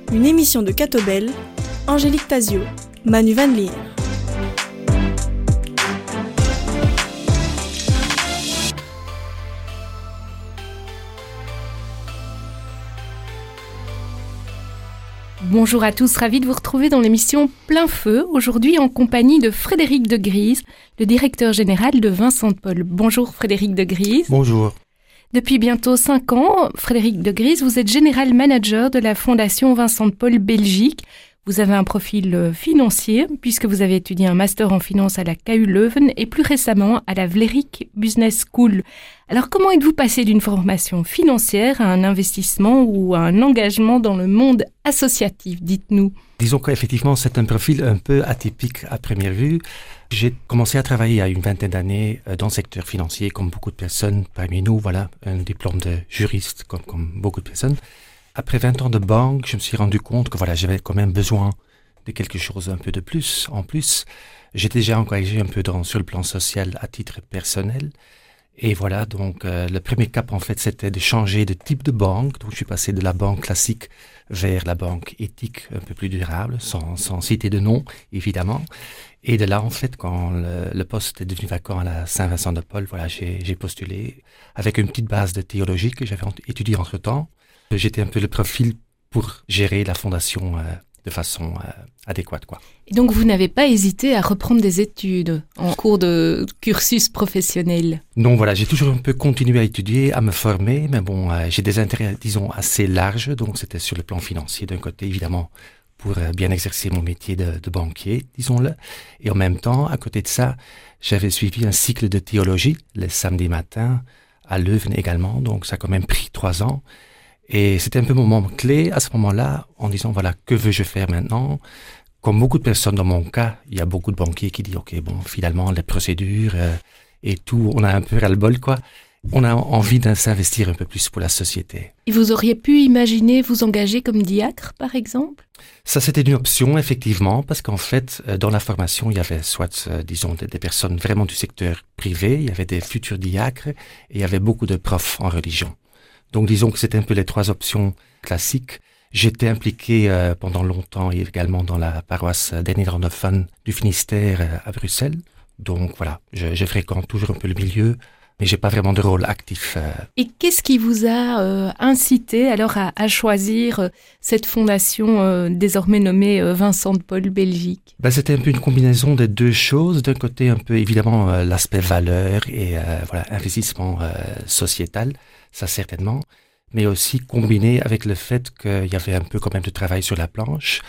Une émission de Catobel, Angélique Tazio, Manu Van Leer. Bonjour à tous, ravi de vous retrouver dans l'émission Plein Feu, aujourd'hui en compagnie de Frédéric de Griese, le directeur général de Vincent de Paul. Bonjour Frédéric de Griese. Bonjour. Depuis bientôt 5 ans, Frédéric de Griese, vous êtes général manager de la Fondation Vincent de Paul Belgique. Vous avez un profil financier puisque vous avez étudié un master en finance à la KU Leuven et plus récemment à la Vlerick Business School. Alors comment êtes-vous passé d'une formation financière à un investissement ou à un engagement dans le monde associatif, dites-nous? Disons qu'effectivement c'est un profil un peu atypique à première vue. J'ai commencé à travailler à une vingtaine d'années dans le secteur financier comme beaucoup de personnes parmi nous, voilà, un diplôme de juriste comme beaucoup de personnes. Après 20 ans de banque, je me suis rendu compte que voilà, j'avais quand même besoin de quelque chose un peu de plus. En plus, j'étais déjà engagé un peu sur le plan social à titre personnel. Et voilà, donc le premier cap en fait, c'était de changer de type de banque. Donc je suis passé de la banque classique vers la banque éthique un peu plus durable, sans citer de nom, évidemment. Et de là, en fait, quand le poste est devenu vacant à la Saint-Vincent-de-Paul, voilà, j'ai postulé avec une petite base de théologie que j'avais étudiée entre-temps. J'étais un peu le profil pour gérer la fondation de façon adéquate, quoi. Et donc, vous n'avez pas hésité à reprendre des études en cours de cursus professionnel? Non, voilà, j'ai toujours un peu continué à étudier, à me former, mais bon, j'ai des intérêts, disons, assez larges, donc c'était sur le plan financier d'un côté, évidemment, pour bien exercer mon métier de banquier, disons-le. Et en même temps, à côté de ça, j'avais suivi un cycle de théologie, les samedis matins, à Leuven également, donc ça a quand même pris 3 ans. Et c'était un peu mon moment clé à ce moment-là, en disant, voilà, que veux-je faire maintenant? Comme beaucoup de personnes dans mon cas, il y a beaucoup de banquiers qui disent, ok, bon, finalement, les procédures et tout, on a un peu ras-le-bol, quoi. On a envie de s'investir un peu plus pour la société. Et vous auriez pu imaginer vous engager comme diacre, par exemple? Ça, c'était une option, effectivement, parce qu'en fait, dans la formation, il y avait soit, disons, des personnes vraiment du secteur privé, il y avait des futurs diacres, et il y avait beaucoup de profs en religion. Donc disons que c'était un peu les 3 options classiques. J'étais impliqué pendant longtemps également dans la paroisse des Néerlandophones du Finistère à Bruxelles. Donc voilà, je fréquente toujours un peu le milieu, mais j'ai pas vraiment de rôle actif. Et qu'est-ce qui vous a incité alors à choisir cette fondation désormais nommée Vincent de Paul Belgique? C'était un peu une combinaison des 2 choses. D'un côté, un peu évidemment l'aspect valeur et voilà, investissement sociétal. Ça certainement, mais aussi combiné avec le fait qu'il y avait un peu quand même de travail sur la planche,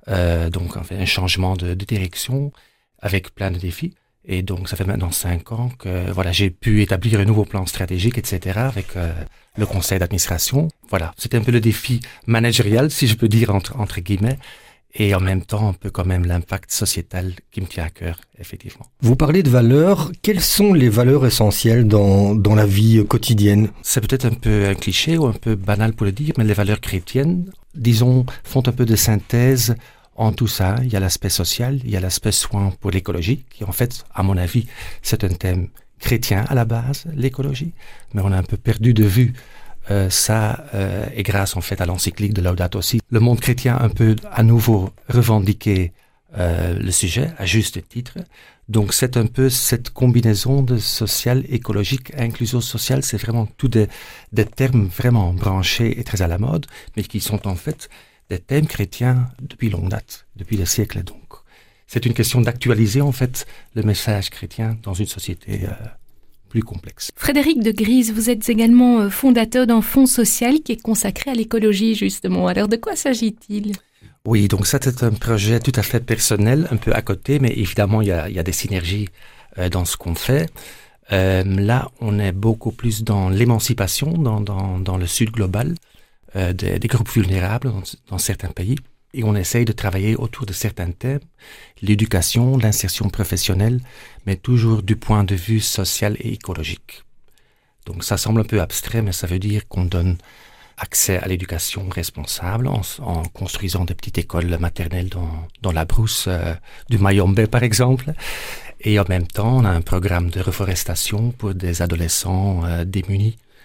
donc en fait, un changement de direction avec plein de défis. Et donc ça fait maintenant 5 ans que voilà, j'ai pu établir un nouveau plan stratégique, etc. avec le conseil d'administration. Voilà, c'était un peu le défi managérial, si je peux dire entre guillemets. Et en même temps, un peu quand même l'impact sociétal qui me tient à cœur, effectivement. Vous parlez de valeurs. Quelles sont les valeurs essentielles dans la vie quotidienne? C'est peut-être un peu un cliché ou un peu banal pour le dire, mais les valeurs chrétiennes, disons, font un peu de synthèse en tout ça. Il y a l'aspect social, il y a l'aspect soin pour l'écologie, qui en fait, à mon avis, c'est un thème chrétien à la base, l'écologie, mais on a un peu perdu de vue ça et grâce en fait à l'encyclique de Laudato Si, le monde chrétien un peu à nouveau revendiqué le sujet à juste titre. Donc c'est un peu cette combinaison de social, écologique, inclusion sociale, c'est vraiment tous des termes vraiment branchés et très à la mode, mais qui sont en fait des thèmes chrétiens depuis longue date, depuis des siècles donc. C'est une question d'actualiser en fait le message chrétien dans une société plus complexe. Frédéric de Griese, vous êtes également fondateur d'un fonds social qui est consacré à l'écologie, justement. Alors, de quoi s'agit-il? Oui, donc ça, c'est un projet tout à fait personnel, un peu à côté, mais évidemment, il y a des synergies dans ce qu'on fait. Là, on est beaucoup plus dans l'émancipation, dans le sud global, des groupes vulnérables dans certains pays. Et on essaye de travailler autour de certains thèmes, l'éducation, l'insertion professionnelle, mais toujours du point de vue social et écologique. Donc ça semble un peu abstrait, mais ça veut dire qu'on donne accès à l'éducation responsable en construisant des petites écoles maternelles dans la brousse du Mayombe, par exemple. Et en même temps, on a un programme de reforestation pour des adolescents démunis.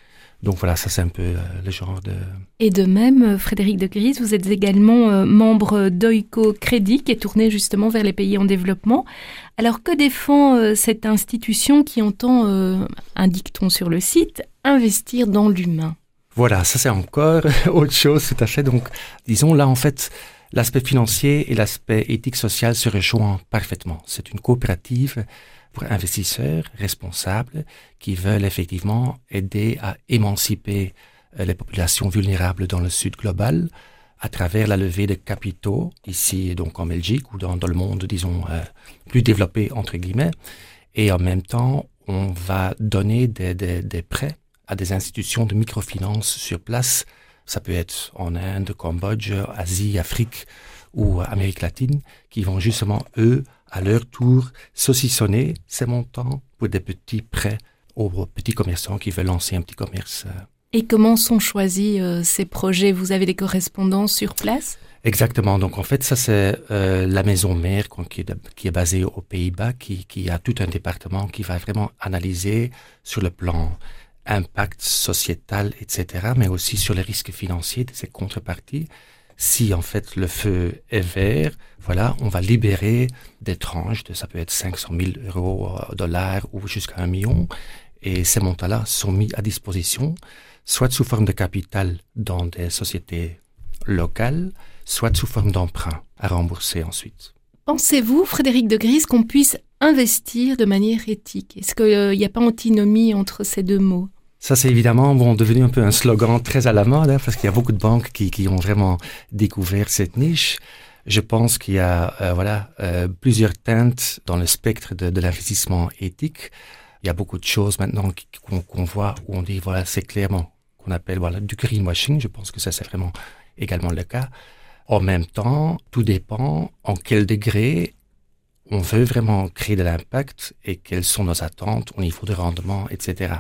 Donc voilà, ça c'est un peu le genre de... Et de même, Frédéric de Gries, vous êtes également membre d'Oiko Crédit, qui est tourné justement vers les pays en développement. Alors que défend cette institution qui entend, indique-t-on sur le site, investir dans l'humain ? Voilà, ça c'est encore autre chose, tout à fait. Donc disons là en fait, l'aspect financier et l'aspect éthique social se rejoignent parfaitement. C'est une coopérative pour investisseurs responsables qui veulent effectivement aider à émanciper les populations vulnérables dans le sud global à travers la levée de capitaux, ici donc en Belgique ou dans le monde, disons, plus développé entre guillemets. Et en même temps, on va donner des prêts à des institutions de microfinance sur place. Ça peut être en Inde, Cambodge, Asie, Afrique ou Amérique latine, qui vont justement, eux, à leur tour, saucissonner ces montants pour des petits prêts aux petits commerçants qui veulent lancer un petit commerce. Et comment sont choisis ces projets ? Vous avez des correspondants sur place ? Exactement. Donc en fait, ça c'est la maison mère qui est basée aux Pays-Bas, qui a tout un département qui va vraiment analyser sur le plan impact sociétal, etc., mais aussi sur les risques financiers de ces contreparties. Si en fait le feu est vert, voilà, on va libérer des tranches ça peut être 500 000 euros, dollars ou jusqu'à 1 million. Et ces montants-là sont mis à disposition, soit sous forme de capital dans des sociétés locales, soit sous forme d'emprunt à rembourser ensuite. Pensez-vous, Frédéric de Gries, qu'on puisse investir de manière éthique ? Est-ce qu'il n'y a pas antinomie entre ces deux mots ? Ça, c'est évidemment devenu un peu un slogan très à la mode, parce qu'il y a beaucoup de banques qui ont vraiment découvert cette niche. Je pense qu'il y a plusieurs teintes dans le spectre de l'investissement éthique. Il y a beaucoup de choses maintenant qu'on voit où on dit, voilà, c'est clairement qu'on appelle du greenwashing. Je pense que ça, c'est vraiment également le cas. En même temps, tout dépend en quel degré on veut vraiment créer de l'impact et quelles sont nos attentes au niveau de rendement, etc.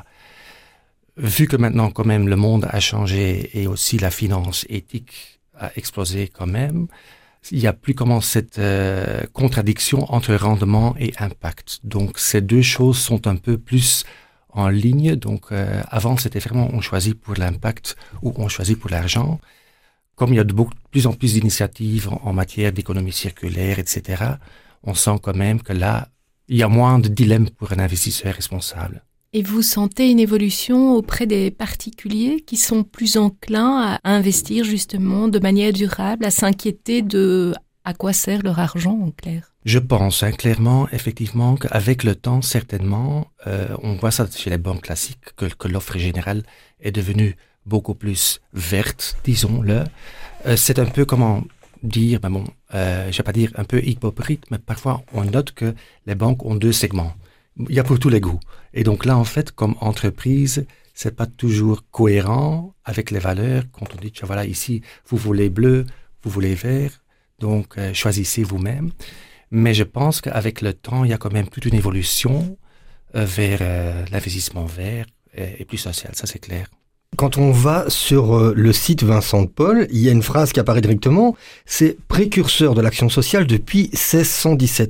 Vu que maintenant, quand même, le monde a changé et aussi la finance éthique a explosé quand même, il n'y a plus comment cette contradiction entre rendement et impact. Donc, ces deux choses sont un peu plus en ligne. Donc, avant, c'était vraiment on choisit pour l'impact ou on choisit pour l'argent. Comme il y a de plus en plus d'initiatives en matière d'économie circulaire, etc., on sent quand même que là, il y a moins de dilemme pour un investisseur responsable. Et vous sentez une évolution auprès des particuliers qui sont plus enclins à investir justement de manière durable, à s'inquiéter de à quoi sert leur argent en clair ? Je pense clairement, effectivement, qu'avec le temps, certainement, on voit ça chez les banques classiques, que l'offre générale est devenue beaucoup plus verte, disons-le. C'est un peu comment dire, je vais pas dire un peu hypocrite, mais parfois on note que les banques ont deux segments. Il y a pour tous les goûts. Et donc là, en fait, comme entreprise, c'est pas toujours cohérent avec les valeurs. Quand on dit, voilà, ici, vous voulez bleu, vous voulez vert, donc choisissez vous-même. Mais je pense qu'avec le temps, il y a quand même toute une évolution vers l'investissement vert et plus social, ça c'est clair. Quand on va sur le site Vincent de Paul, il y a une phrase qui apparaît directement, c'est « précurseur de l'action sociale depuis 1617 ».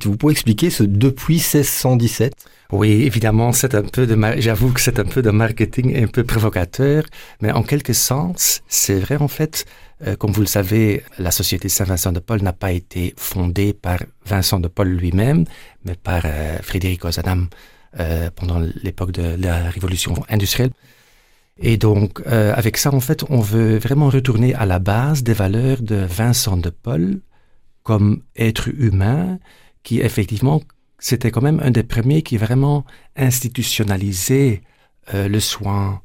Vous pouvez expliquer ce « depuis 1617 » ? Oui, évidemment, j'avoue que c'est un peu de marketing un peu provocateur, mais en quelque sens, c'est vrai en fait, comme vous le savez, la Société Saint-Vincent de Paul n'a pas été fondée par Vincent de Paul lui-même, mais par Frédéric Ozanam pendant l'époque de la Révolution industrielle. Et donc, avec ça, en fait, on veut vraiment retourner à la base des valeurs de Vincent de Paul comme être humain, qui effectivement, c'était quand même un des premiers qui vraiment institutionnalisait les soins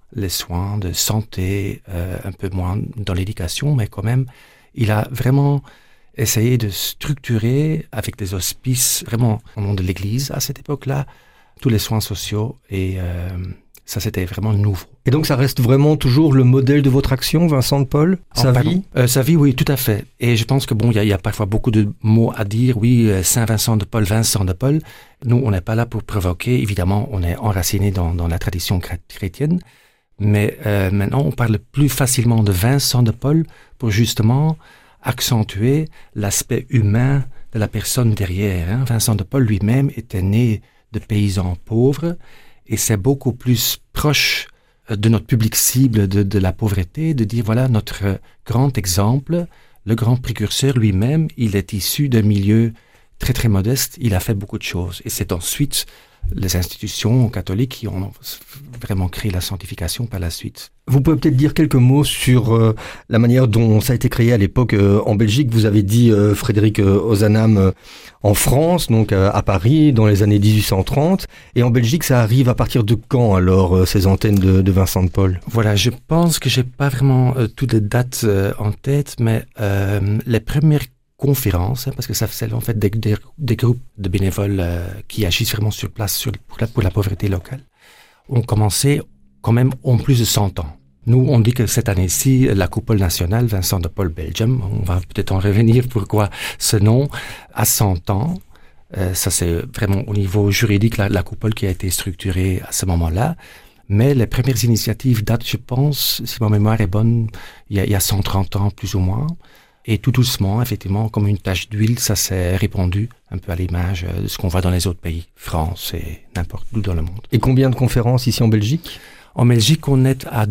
de santé, un peu moins dans l'éducation, mais quand même, il a vraiment essayé de structurer avec des hospices, vraiment au nom de l'Église à cette époque-là, tous les soins sociaux et ça, c'était vraiment nouveau. Et donc, ça reste vraiment toujours le modèle de votre action, Vincent de Paul, sa vie ? Sa vie, oui, tout à fait. Et je pense que il y a parfois beaucoup de mots à dire. Oui, Saint-Vincent de Paul, Vincent de Paul. Nous, on n'est pas là pour provoquer. Évidemment, on est enraciné dans la tradition chrétienne. Mais maintenant, on parle plus facilement de Vincent de Paul pour justement accentuer l'aspect humain de la personne derrière. Vincent de Paul lui-même était né de paysans pauvres. Et c'est beaucoup plus proche de notre public cible de la pauvreté, de dire voilà notre grand exemple, le grand précurseur lui-même, il est issu d'un milieu très très modeste, il a fait beaucoup de choses. Et c'est ensuite les institutions catholiques qui ont vraiment créé la sanctification par la suite. Vous pouvez peut-être dire quelques mots sur la manière dont ça a été créé à l'époque en Belgique. Vous avez dit Frédéric Ozanam en France, donc à Paris, dans les années 1830. Et en Belgique, ça arrive à partir de quand alors, ces antennes de Vincent de Paul ? Voilà, je pense que j'ai pas vraiment toutes les dates en tête, mais les premières conférences, parce que ça c'est en fait des groupes de bénévoles qui agissent vraiment sur place pour la pauvreté locale, ont commencé quand même en plus de 100 ans. Nous, on dit que cette année-ci, la coupole nationale Vincent de Paul Belgium, on va peut-être en revenir pourquoi ce nom, a 100 ans. Ça c'est vraiment au niveau juridique la coupole qui a été structurée à ce moment-là. Mais les premières initiatives datent, je pense, si ma mémoire est bonne, il y a 130 ans plus ou moins. Et tout doucement, effectivement, comme une tache d'huile, ça s'est répandu un peu à l'image de ce qu'on voit dans les autres pays, France et n'importe où dans le monde. Et combien de conférences ici en Belgique ? En Belgique, on est à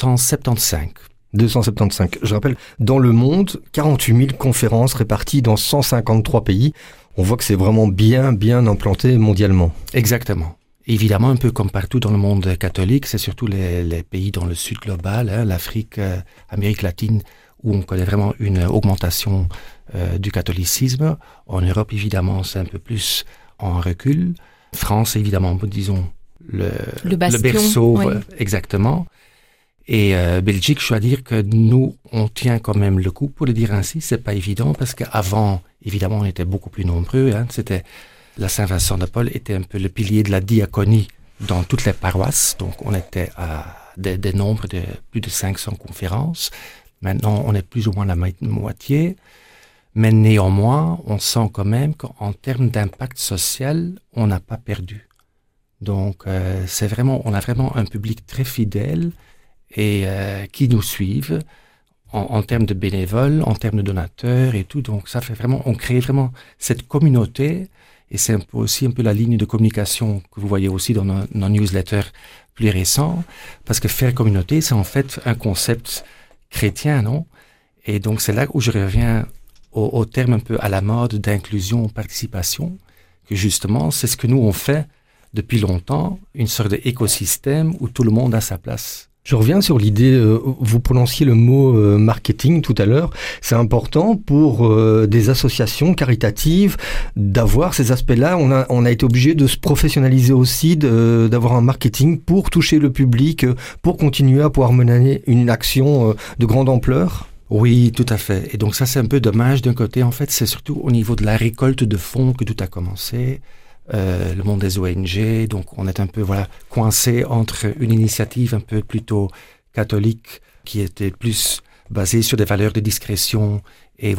275. 275. Je rappelle, dans le monde, 48 000 conférences réparties dans 153 pays. On voit que c'est vraiment bien implanté mondialement. Exactement. Évidemment, un peu comme partout dans le monde catholique, c'est surtout les pays dans le sud global, l'Afrique, Amérique latine, où on connaît vraiment une augmentation du catholicisme. En Europe, évidemment, c'est un peu plus en recul. France, évidemment, disons, le berceau, oui. Exactement. Et Belgique, je dois dire que nous, on tient quand même le coup, pour le dire ainsi. C'est pas évident, parce qu'avant, évidemment, on était beaucoup plus nombreux. La Saint-Vincent de Paul était un peu le pilier de la diaconie dans toutes les paroisses. Donc, on était à des nombres de plus de 500 conférences. Maintenant, on est plus ou moins la moitié, mais néanmoins, on sent quand même qu'en termes d'impact social, on n'a pas perdu. Donc, on a vraiment un public très fidèle et qui nous suivent en termes de bénévoles, en termes de donateurs et tout. Donc, ça fait vraiment, on crée vraiment cette communauté et c'est aussi un peu la ligne de communication que vous voyez aussi dans nos newsletters plus récents, parce que faire communauté, c'est en fait un concept chrétien, non? Et donc, c'est là où je reviens au terme un peu à la mode d'inclusion, participation, que justement, c'est ce que nous, on fait depuis longtemps, une sorte d'écosystème où tout le monde a sa place. Je reviens sur l'idée, vous prononciez le mot marketing tout à l'heure. C'est important pour des associations caritatives d'avoir ces aspects-là. On a été obligé de se professionnaliser aussi, d'avoir un marketing pour toucher le public, pour continuer à pouvoir mener une action de grande ampleur. Oui, tout à fait. Et donc ça, c'est un peu dommage d'un côté. En fait, c'est surtout au niveau de la récolte de fonds que tout a commencé. Le monde des ONG, donc on est un peu coincé entre une initiative un peu plutôt catholique qui était plus basée sur des valeurs de discrétion et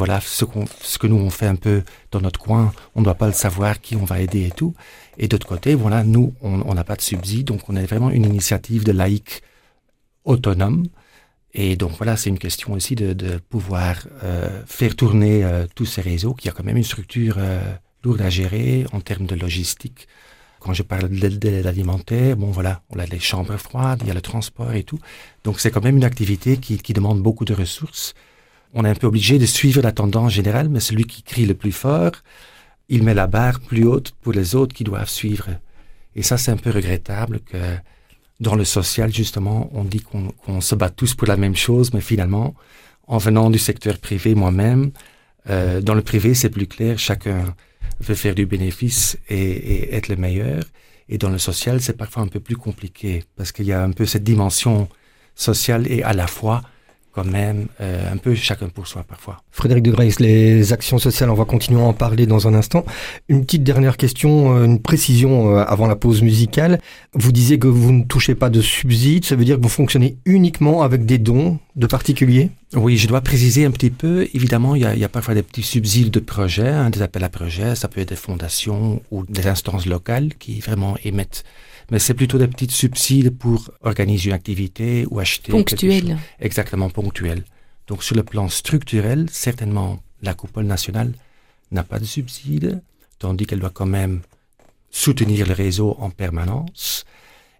ce que nous on fait un peu dans notre coin, on ne doit pas le savoir qui on va aider et tout. Et d'autre côté, nous on n'a pas de subside, donc on est vraiment une initiative de laïcs autonome. Et donc c'est une question aussi de pouvoir faire tourner tous ces réseaux qui a quand même une structure lourde à gérer en termes de logistique. Quand je parle de l'aide alimentaire, on a les chambres froides, il y a le transport et tout. Donc c'est quand même une activité qui demande beaucoup de ressources. On est un peu obligé de suivre la tendance générale, mais celui qui crie le plus fort, il met la barre plus haute pour les autres qui doivent suivre. Et ça, c'est un peu regrettable que dans le social, justement, on dit qu'on se bat tous pour la même chose, mais finalement, en venant du secteur privé moi-même, dans le privé, c'est plus clair, chacun veut faire du bénéfice et être le meilleur. Et dans le social, c'est parfois un peu plus compliqué parce qu'il y a un peu cette dimension sociale et à la fois quand même un peu chacun pour soi parfois. Frédéric de Grace, les actions sociales, on va continuer à en parler dans un instant. Une petite dernière question, une précision avant la pause musicale. Vous disiez que vous ne touchez pas de subsides, ça veut dire que vous fonctionnez uniquement avec des dons de particuliers ? Oui, je dois préciser un petit peu. Évidemment, il y a parfois des petits subsides de projets, des appels à projets, ça peut être des fondations ou des instances locales qui vraiment émettent. Mais c'est plutôt des petits subsides pour organiser une activité ou acheter ponctuel. Exactement, ponctuel. Donc sur le plan structurel, certainement, la coupole nationale n'a pas de subsides, tandis qu'elle doit quand même soutenir le réseau en permanence.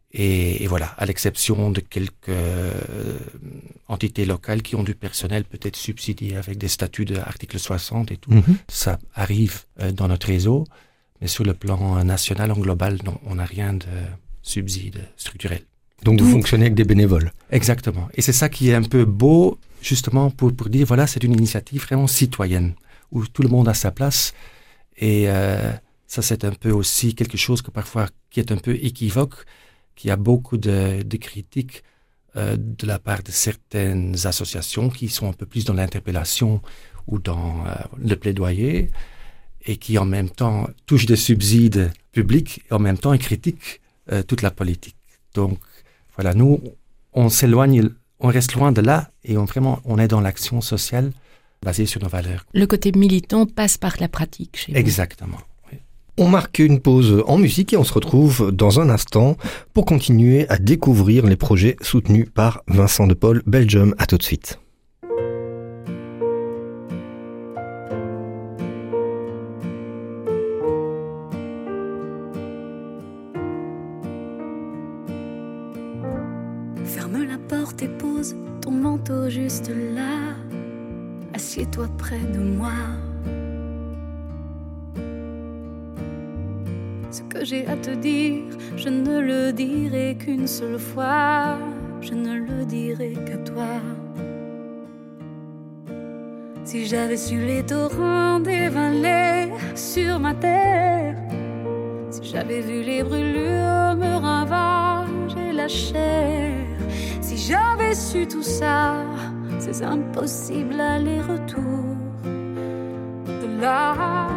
Et voilà, à l'exception de quelques entités locales qui ont du personnel peut-être subsidié avec des statuts de l'article 60 et tout, ça arrive dans notre réseau. Mais sur le plan national, en global, non, on n'a rien de subside structurel. Donc vous fonctionnez avec des bénévoles. Exactement. Et c'est ça qui est un peu beau, justement, pour dire, voilà, c'est une initiative vraiment citoyenne, où tout le monde a sa place. Et ça, c'est un peu aussi quelque chose que parfois, qui est un peu équivoque, qu'il y a beaucoup de critiques de la part de certaines associations qui sont un peu plus dans l'interpellation ou dans le plaidoyer, et qui en même temps touchent des subsides publics et en même temps ils critiquent toute la politique. Donc voilà, nous on s'éloigne, on reste loin de là et on est dans l'action sociale basée sur nos valeurs. Le côté militant passe par la pratique chez vous. Exactement. Oui. On marque une pause en musique et on se retrouve dans un instant pour continuer à découvrir les projets soutenus par Vincent de Paul Belgium. À tout de suite. Ferme la porte et pose ton manteau juste là. Assieds-toi près de moi. Ce que j'ai à te dire, je ne le dirai qu'une seule fois. Je ne le dirai qu'à toi. Si j'avais su les torrents dévaler sur ma terre, si j'avais vu les brûlures me ravager la chair, si j'avais su tout ça, ces impossibles allers-retours de l'amour,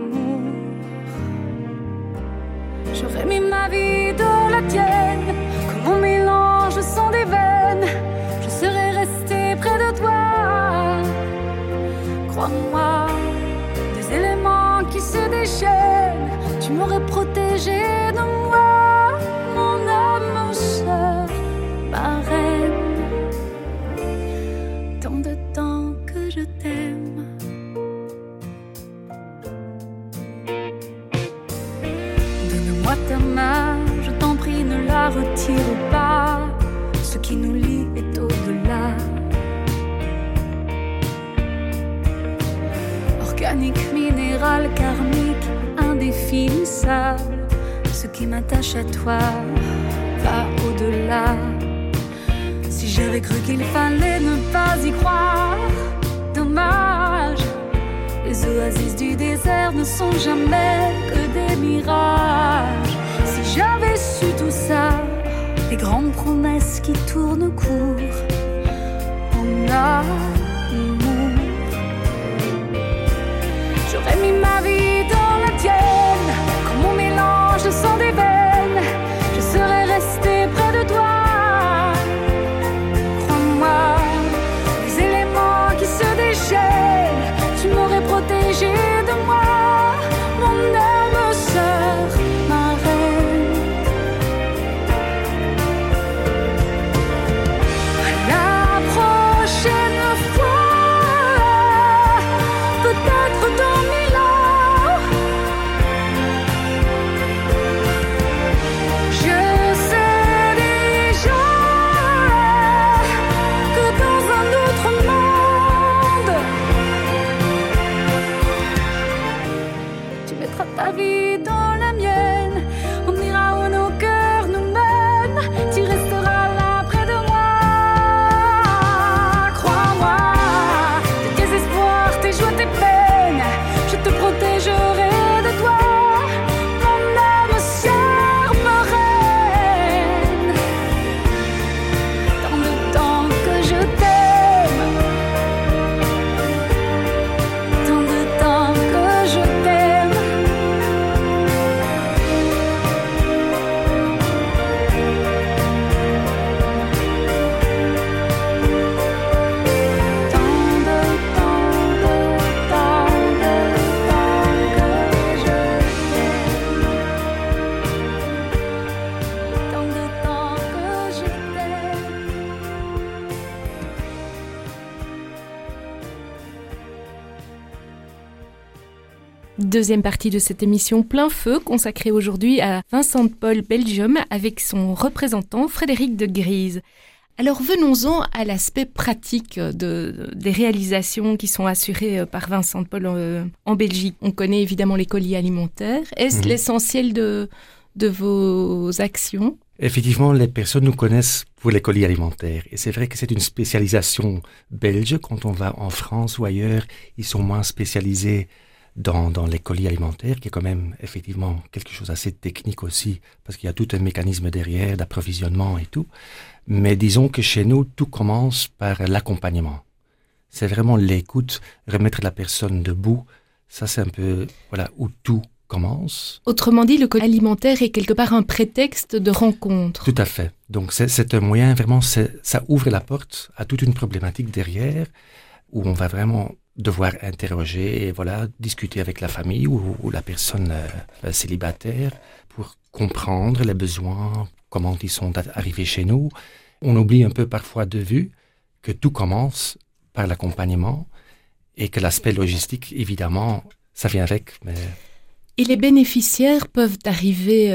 j'aurais mis ma vie dans la tienne, comme mon mélange sang des veines. Je serais restée près de toi. Crois-moi, des éléments qui se déchaînent, tu m'aurais protégée de moi, mon âme sœur, ma reine. Tant de temps que je t'aime. Donne-moi ta main, je t'en prie, ne la retire pas. Ce qui nous lie est au-delà. Organique, minéral, karmique, indéfinissable. Ce qui m'attache à toi va au-delà. Si j'avais cru qu'il fallait ne pas y croire, dommage. Les oasis du désert ne sont jamais que des mirages. Si j'avais su tout ça, les grandes promesses qui tournent court en amour, j'aurais mis ma vie dans la tienne, comme mon mélange de sang des veines. Je serais restée près de toi. Crois-moi, les éléments qui se déchaînent, tu m'aurais protégée de moi, mon âme sœur, ma reine. La prochaine Deuxième partie de cette émission Plein Feu, consacrée aujourd'hui à Vincent Paul Belgium avec son représentant Frédéric de Gries. Alors venons-en à l'aspect pratique des réalisations qui sont assurées par Vincent Paul en Belgique. On connaît évidemment les colis alimentaires. Est-ce l'essentiel de vos actions ? Effectivement, les personnes nous connaissent pour les colis alimentaires. Et c'est vrai que c'est une spécialisation belge. Quand on va en France ou ailleurs, ils sont moins spécialisés dans les colis alimentaires, qui est quand même effectivement quelque chose d'assez technique aussi, parce qu'il y a tout un mécanisme derrière d'approvisionnement et tout. Mais disons que chez nous, tout commence par l'accompagnement. C'est vraiment l'écoute, remettre la personne debout. Ça, c'est un peu, où tout commence. Autrement dit, le colis alimentaire est quelque part un prétexte de rencontre. Tout à fait. Donc, c'est un moyen, vraiment, ça ouvre la porte à toute une problématique derrière, où on va vraiment devoir interroger et discuter avec la famille ou la personne célibataire pour comprendre les besoins, comment ils sont arrivés chez nous. On oublie un peu parfois de vue que tout commence par l'accompagnement et que l'aspect logistique, évidemment, ça vient avec. Mais... Et les bénéficiaires peuvent arriver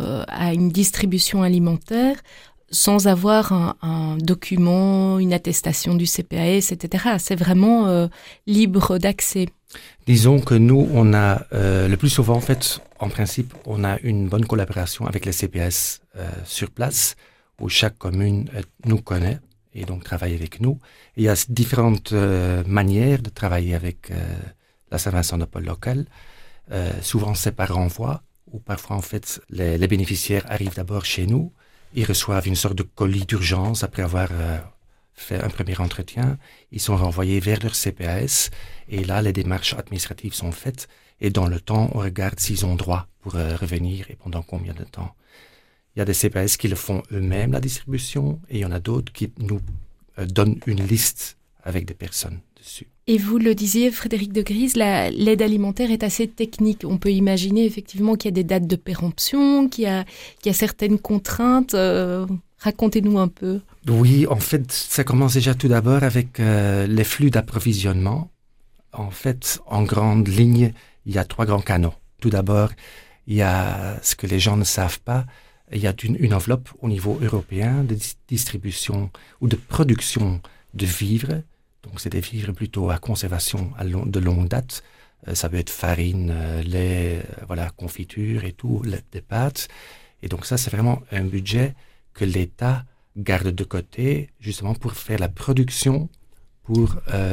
à une distribution alimentaire sans avoir un document, une attestation du CPAS, etc. C'est vraiment libre d'accès. Disons que nous, on a le plus souvent, en fait, en principe, on a une bonne collaboration avec les CPAS sur place, où chaque commune nous connaît et donc travaille avec nous. Et il y a différentes manières de travailler avec la Saint-Vincent-de-Paul locale. Souvent, c'est par renvoi, ou parfois, en fait, les bénéficiaires arrivent d'abord chez nous. Ils reçoivent une sorte de colis d'urgence après avoir fait un premier entretien. Ils sont renvoyés vers leur CPAS et là, les démarches administratives sont faites et dans le temps, on regarde s'ils ont droit pour revenir et pendant combien de temps. Il y a des CPAS qui le font eux-mêmes, la distribution, et il y en a d'autres qui nous donnent une liste avec des personnes dessus. Et vous le disiez, Frédéric de Gries, l'aide alimentaire est assez technique. On peut imaginer effectivement qu'il y a des dates de péremption, qu'il y a certaines contraintes. Racontez-nous un peu. Oui, en fait, ça commence déjà tout d'abord avec les flux d'approvisionnement. En fait, en grande ligne, il y a 3 grands canaux. Tout d'abord, il y a ce que les gens ne savent pas. Il y a une enveloppe au niveau européen de distribution ou de production de vivres. Donc, c'est des vivres plutôt à conservation de longue date. Ça peut être farine, lait, confiture et tout, des pâtes. Et donc, ça, c'est vraiment un budget que l'État garde de côté, justement pour faire la production pour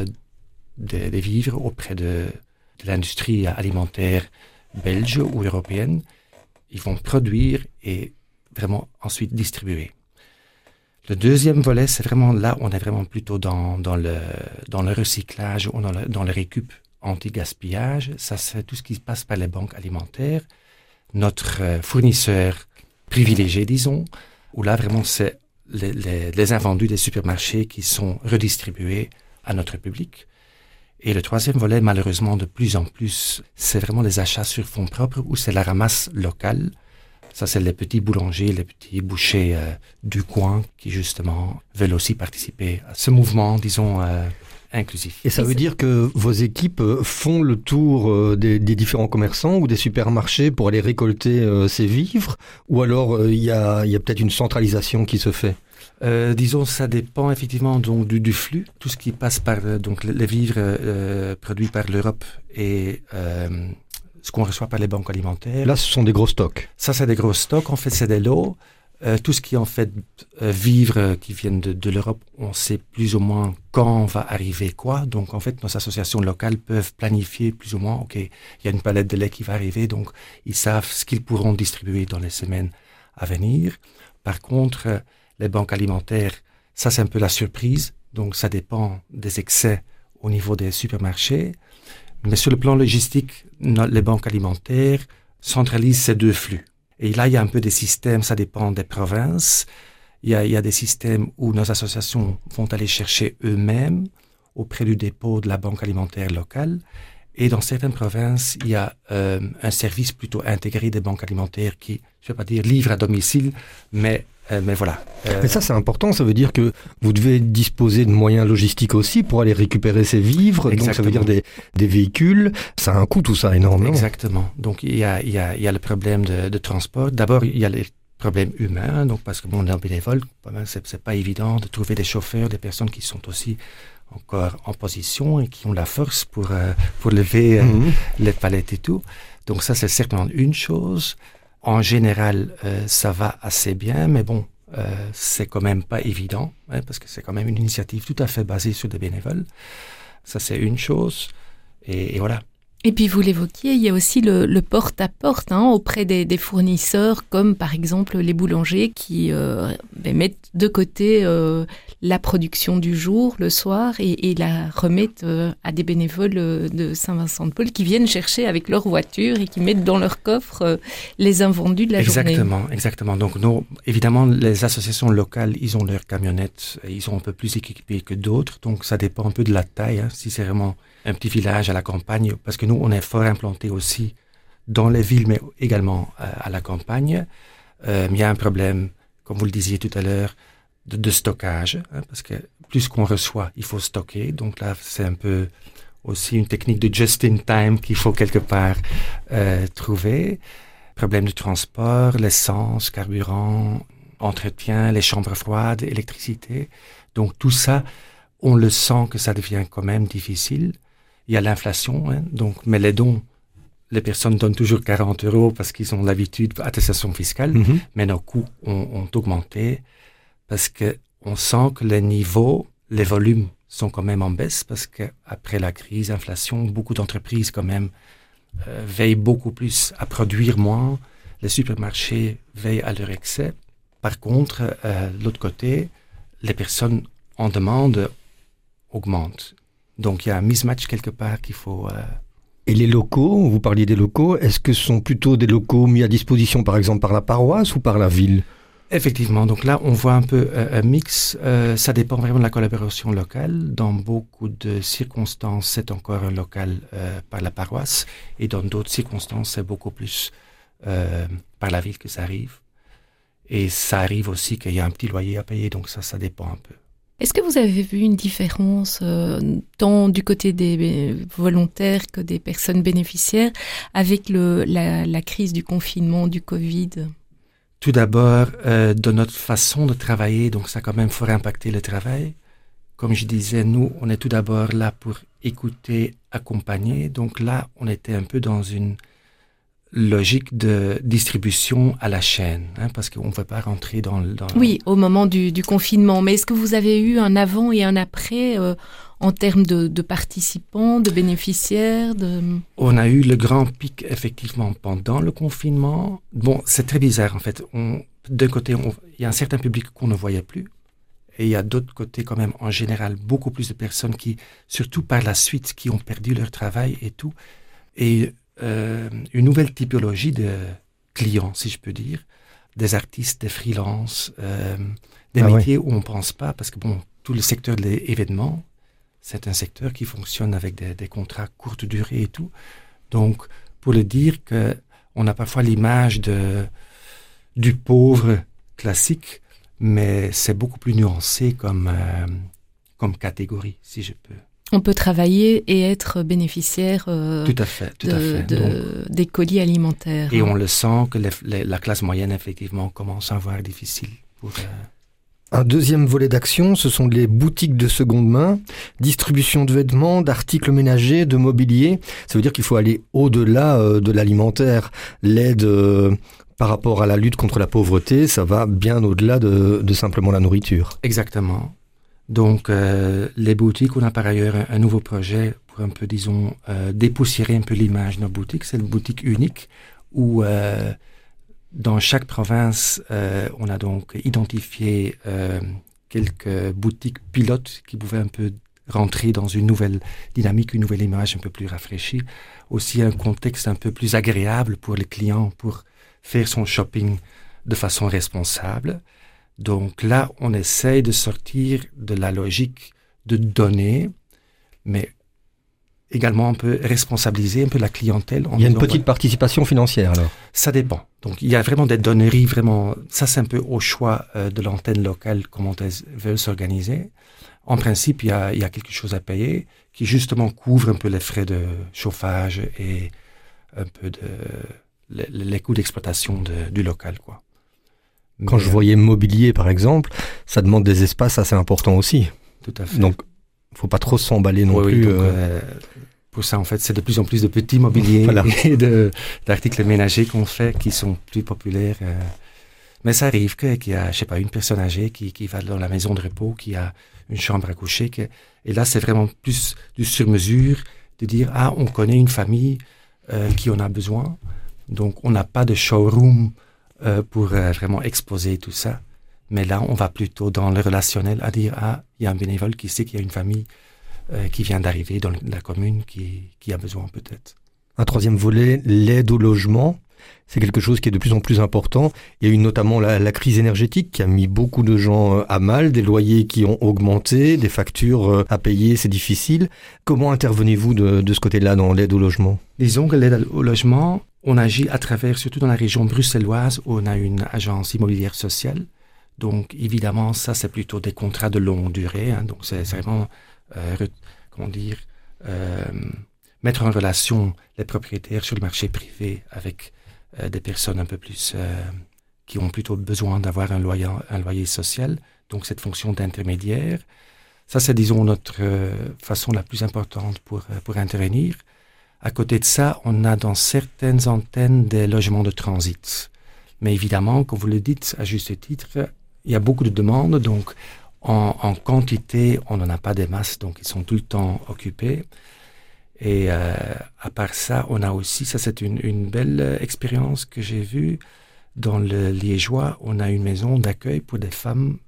des vivres auprès de l'industrie alimentaire belge ou européenne. Ils vont produire et vraiment ensuite distribuer. Le deuxième volet, c'est vraiment là, on est vraiment plutôt dans le recyclage ou dans le récup anti-gaspillage. Ça, c'est tout ce qui passe par les banques alimentaires. Notre fournisseur privilégié, disons, où là, vraiment, c'est les invendus des supermarchés qui sont redistribués à notre public. Et le troisième volet, malheureusement, de plus en plus, c'est vraiment les achats sur fonds propres où c'est la ramasse locale. Ça, c'est les petits boulangers, les petits bouchers du coin qui, justement, veulent aussi participer à ce mouvement, disons, inclusif. Et ça veut dire que vos équipes font le tour des différents commerçants ou des supermarchés pour aller récolter ces vivres? Ou alors, il y a peut-être une centralisation qui se fait? Disons, ça dépend effectivement donc du flux. Tout ce qui passe par donc les vivres produits par l'Europe et ce qu'on reçoit par les banques alimentaires. Là, ce sont des gros stocks. Ça, c'est des gros stocks. En fait, c'est des lots. Tout ce qui est en fait vivres qui viennent de l'Europe, on sait plus ou moins quand va arriver quoi. Donc, en fait, nos associations locales peuvent planifier plus ou moins, OK, il y a une palette de lait qui va arriver, donc ils savent ce qu'ils pourront distribuer dans les semaines à venir. Par contre, les banques alimentaires, ça, c'est un peu la surprise. Donc, ça dépend des excès au niveau des supermarchés. Mais sur le plan logistique, les banques alimentaires centralisent ces 2 flux. Et là, il y a un peu des systèmes, ça dépend des provinces. Il y a des systèmes où nos associations vont aller chercher eux-mêmes auprès du dépôt de la banque alimentaire locale. Et dans certaines provinces, il y a un service plutôt intégré des banques alimentaires qui, je ne vais pas dire livre à domicile, mais Mais voilà. Mais ça, c'est important. Ça veut dire que vous devez disposer de moyens logistiques aussi pour aller récupérer ces vivres. Exactement. Donc, ça veut dire des véhicules. Ça a un coût, tout ça, énormément. Exactement. Donc, il y a le problème de transport. D'abord, il y a les problèmes humains. Donc, parce que bon, dans bénévole, c'est pas évident de trouver des chauffeurs, des personnes qui sont aussi encore en position et qui ont la force pour lever les palettes et tout. Donc, ça, c'est certainement une chose. En général, ça va assez bien, mais bon, c'est quand même pas évident, parce que c'est quand même une initiative tout à fait basée sur des bénévoles. Ça, c'est une chose, et voilà. Et puis, vous l'évoquiez, il y a aussi le porte-à-porte auprès des fournisseurs, comme par exemple les boulangers qui mettent de côté la production du jour, le soir, et la remettent à des bénévoles de Saint-Vincent-de-Paul qui viennent chercher avec leur voiture et qui mettent dans leur coffre les invendus de la journée. Exactement. Donc, évidemment, les associations locales, ils ont leurs camionnettes, et ils sont un peu plus équipés que d'autres, donc ça dépend un peu de la taille, si c'est vraiment un petit village à la campagne, parce que nous, on est fort implantés aussi dans les villes, mais également à la campagne. Il y a un problème, comme vous le disiez tout à l'heure, de stockage, parce que plus qu'on reçoit, il faut stocker. Donc là, c'est un peu aussi une technique de just-in-time qu'il faut quelque part trouver. Problème de transport, l'essence, carburant, entretien, les chambres froides, électricité. Donc tout ça, on le sent que ça devient quand même difficile. Il y a l'inflation, mais les dons, les personnes donnent toujours 40 € parce qu'ils ont l'habitude, attestation fiscale, mais nos coûts ont augmenté parce que on sent que les niveaux, les volumes sont quand même en baisse parce qu'après la crise, inflation, beaucoup d'entreprises quand même veillent beaucoup plus à produire moins, les supermarchés veillent à leur excès. Par contre, de l'autre côté, les personnes en demande augmentent. Donc, il y a un mismatch quelque part qu'il faut... Et les locaux, vous parliez des locaux, est-ce que ce sont plutôt des locaux mis à disposition, par exemple, par la paroisse ou par la ville ? Effectivement. Donc là, on voit un peu un mix. Ça dépend vraiment de la collaboration locale. Dans beaucoup de circonstances, c'est encore un local par la paroisse. Et dans d'autres circonstances, c'est beaucoup plus par la ville que ça arrive. Et ça arrive aussi qu'il y a un petit loyer à payer. Donc ça dépend un peu. Est-ce que vous avez vu une différence tant du côté des volontaires que des personnes bénéficiaires avec la crise du confinement, du Covid ? Tout d'abord, de notre façon de travailler, donc ça a quand même fort impacté le travail. Comme je disais, nous, on est tout d'abord là pour écouter, accompagner. Donc là, on était un peu dans une logique de distribution à la chaîne, parce qu'on ne veut pas rentrer dans... Oui, au moment du confinement. Mais est-ce que vous avez eu un avant et un après en termes de participants, de bénéficiaires On a eu le grand pic, effectivement, pendant le confinement. Bon, c'est très bizarre, en fait. D'un côté, il y a un certain public qu'on ne voyait plus. Et il y a d'autre côté, quand même, en général, beaucoup plus de personnes qui, surtout par la suite, qui ont perdu leur travail et tout. Et... une nouvelle typologie de clients, si je peux dire, des artistes, des freelances, des métiers où on ne pense pas, parce que bon, tout le secteur des événements, c'est un secteur qui fonctionne avec des contrats courte durée et tout. Donc, pour le dire qu'on a parfois l'image du pauvre classique, mais c'est beaucoup plus nuancé comme catégorie, si je peux. On peut travailler et être bénéficiaire tout à fait. Des colis alimentaires. Et on le sent que la classe moyenne, effectivement, commence à avoir difficile. Un deuxième volet d'action, ce sont les boutiques de seconde main, distribution de vêtements, d'articles ménagers, de mobilier. Ça veut dire qu'il faut aller au-delà de l'alimentaire. L'aide par rapport à la lutte contre la pauvreté, ça va bien au-delà de simplement la nourriture. Exactement. Donc, les boutiques, on a par ailleurs un nouveau projet pour un peu, disons, dépoussiérer un peu l'image de nos boutiques. C'est une boutique unique où, dans chaque province, on a donc identifié quelques boutiques pilotes qui pouvaient un peu rentrer dans une nouvelle dynamique, une nouvelle image un peu plus rafraîchie. Aussi un contexte un peu plus agréable pour les clients pour faire son shopping de façon responsable. Donc là, on essaye de sortir de la logique de donner, mais également un peu responsabiliser un peu la clientèle. Il y a une petite participation financière alors? Ça dépend. Donc il y a vraiment des donneries, vraiment, ça c'est un peu au choix de l'antenne locale, comment elles veulent s'organiser. En principe, il y a quelque chose à payer qui justement couvre un peu les frais de chauffage et un peu les coûts d'exploitation du local, quoi. Quand je voyais mobilier, par exemple, ça demande des espaces assez importants aussi. Tout à fait. Donc, faut pas trop s'emballer non plus. Oui, donc, pour ça, en fait, c'est de plus en plus de petits mobiliers voilà. et d'articles ménagers qu'on fait qui sont plus populaires. Mais ça arrive qu'il y a, je sais pas, une personne âgée qui va dans la maison de repos, qui a une chambre à coucher. Et là, c'est vraiment plus du sur-mesure, de dire, on connaît une famille qui en a besoin. Donc, on n'a pas de showroom pour vraiment exposer tout ça. Mais là, on va plutôt dans le relationnel à dire, il y a un bénévole qui sait qu'il y a une famille qui vient d'arriver dans la commune qui a besoin peut-être. Un troisième volet, l'aide au logement. C'est quelque chose qui est de plus en plus important. Il y a eu notamment la crise énergétique qui a mis beaucoup de gens à mal, des loyers qui ont augmenté, des factures à payer, c'est difficile. Comment intervenez-vous de ce côté-là dans l'aide au logement? Disons que l'aide au logement, on agit à travers, surtout dans la région bruxelloise, où on a une agence immobilière sociale. Donc évidemment, ça c'est plutôt des contrats de longue durée. Donc c'est vraiment, mettre en relation les propriétaires sur le marché privé avec des personnes un peu plus qui ont plutôt besoin d'avoir un loyer social. Donc cette fonction d'intermédiaire, ça c'est disons notre façon la plus importante pour intervenir. À côté de ça, on a dans certaines antennes des logements de transit. Mais évidemment, comme vous le dites à juste titre, il y a beaucoup de demandes, donc en quantité, on n'en a pas des masses, donc ils sont tout le temps occupés. Et à part ça, on a aussi, ça c'est une belle expérience que j'ai vue, dans le Liégeois, on a une maison d'accueil pour des femmes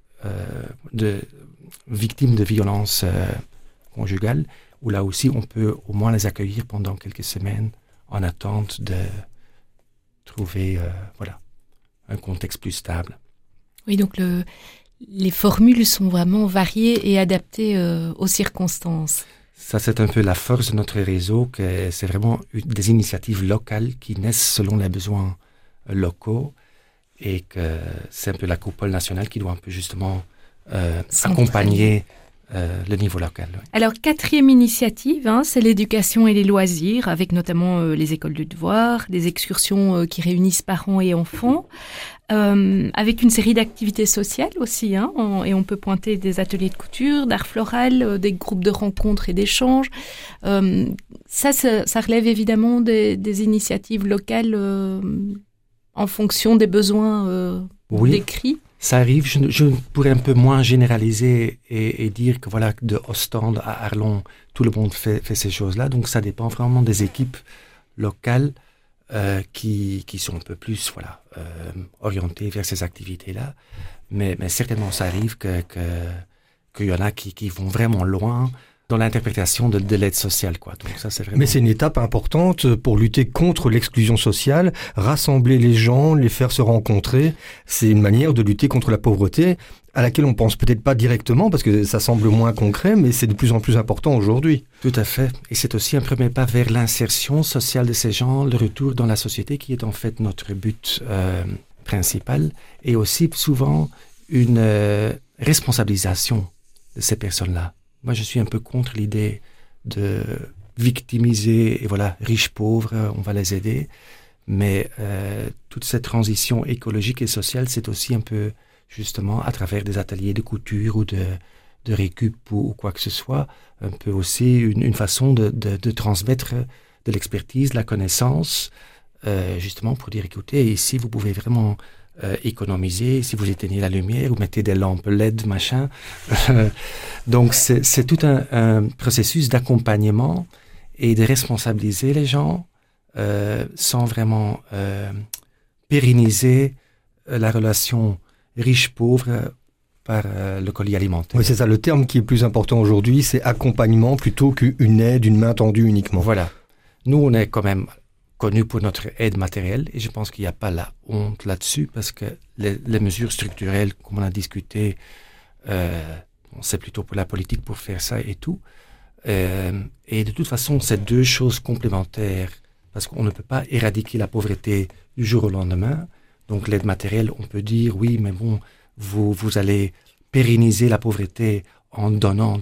victimes de violences conjugales, où là aussi on peut au moins les accueillir pendant quelques semaines en attente de trouver un contexte plus stable. Oui, donc les formules sont vraiment variées et adaptées aux circonstances. Ça, c'est un peu la force de notre réseau, que c'est vraiment des initiatives locales qui naissent selon les besoins locaux et que c'est un peu la coupole nationale qui doit un peu justement accompagner le niveau local. Oui. Alors, 4e initiative, c'est l'éducation et les loisirs, avec notamment les écoles de devoirs, des excursions qui réunissent parents et enfants, avec une série d'activités sociales aussi, et on peut pointer des ateliers de couture, d'art floral, des groupes de rencontres et d'échanges. Ça relève évidemment des initiatives locales en fonction des besoins décrits. Ça arrive, je pourrais un peu moins généraliser et dire que voilà, de Ostende à Arlon, tout le monde fait ces choses-là. Donc ça dépend vraiment des équipes locales qui sont un peu plus orientées vers ces activités-là. Mais certainement, ça arrive qu'il y en a qui vont vraiment loin dans l'interprétation de l'aide sociale, quoi. Donc ça, c'est vraiment... Mais c'est une étape importante pour lutter contre l'exclusion sociale, rassembler les gens, les faire se rencontrer. C'est une manière de lutter contre la pauvreté à laquelle on pense peut-être pas directement parce que ça semble moins concret, mais c'est de plus en plus important aujourd'hui. Tout à fait. Et c'est aussi un premier pas vers l'insertion sociale de ces gens, le retour dans la société qui est en fait notre but principal et aussi souvent une responsabilisation de ces personnes-là. Moi, je suis un peu contre l'idée de victimiser, et voilà, riches, pauvres, on va les aider. Mais toute cette transition écologique et sociale, c'est aussi un peu, justement, à travers des ateliers de couture ou de récup ou quoi que ce soit, un peu aussi une façon de transmettre de l'expertise, de la connaissance, justement pour dire, écoutez, ici, vous pouvez vraiment... économiser, si vous éteignez la lumière, vous mettez des lampes LED, machin. Donc, c'est tout un processus d'accompagnement et de responsabiliser les gens sans vraiment pérenniser la relation riche-pauvre par le colis alimentaire. Oui, c'est ça. Le terme qui est plus important aujourd'hui, c'est accompagnement plutôt qu'une aide, une main tendue uniquement. Voilà. Nous, on est quand même connu pour notre aide matérielle et je pense qu'il n'y a pas la honte là-dessus parce que les mesures structurelles, comme on a discuté, c'est plutôt pour la politique pour faire ça et tout. Et de toute façon, c'est deux choses complémentaires, parce qu'on ne peut pas éradiquer la pauvreté du jour au lendemain. Donc l'aide matérielle, on peut dire, oui, mais bon, vous allez pérenniser la pauvreté en donnant,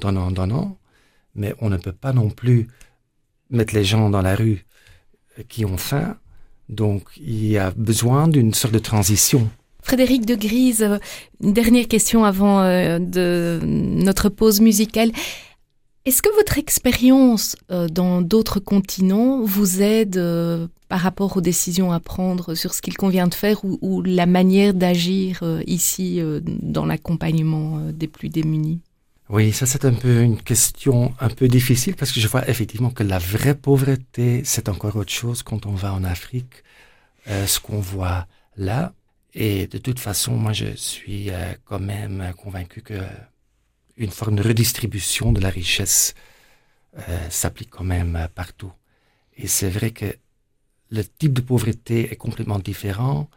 mais on ne peut pas non plus mettre les gens dans la rue qui ont faim. Donc il y a besoin d'une sorte de transition. Frédéric de Gries, une dernière question avant de notre pause musicale. Est-ce que votre expérience dans d'autres continents vous aide par rapport aux décisions à prendre sur ce qu'il convient de faire ou la manière d'agir ici dans l'accompagnement des plus démunis? Oui, ça c'est un peu une question un peu difficile parce que je vois effectivement que la vraie pauvreté, c'est encore autre chose quand on va en Afrique, ce qu'on voit là. Et de toute façon, moi je suis quand même convaincu que une forme de redistribution de la richesse s'applique quand même partout. Et c'est vrai que le type de pauvreté est complètement différent.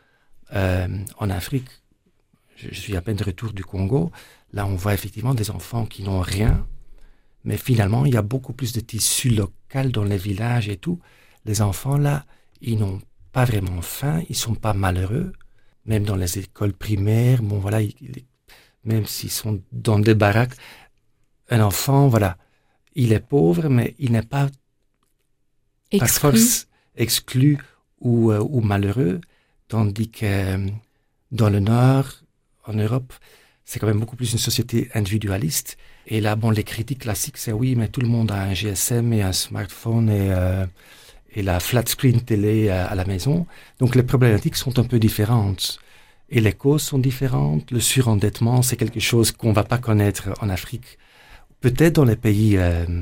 En Afrique, je suis à peine de retour du Congo, là on voit effectivement des enfants qui n'ont rien, mais finalement il y a beaucoup plus de tissu local dans les villages et tout. Les enfants là, ils n'ont pas vraiment faim, ils sont pas malheureux, même dans les écoles primaires, bon voilà, même s'ils sont dans des baraques, un enfant, voilà, il est pauvre, mais il n'est pas par force exclu ou malheureux, tandis que dans le Nord, en Europe, c'est quand même beaucoup plus une société individualiste. Et là, bon, les critiques classiques, c'est oui, mais tout le monde a un GSM et un smartphone et la flat screen télé à la maison. Donc les problématiques sont un peu différentes. Et les causes sont différentes. Le surendettement, c'est quelque chose qu'on ne va pas connaître en Afrique. Peut-être dans les pays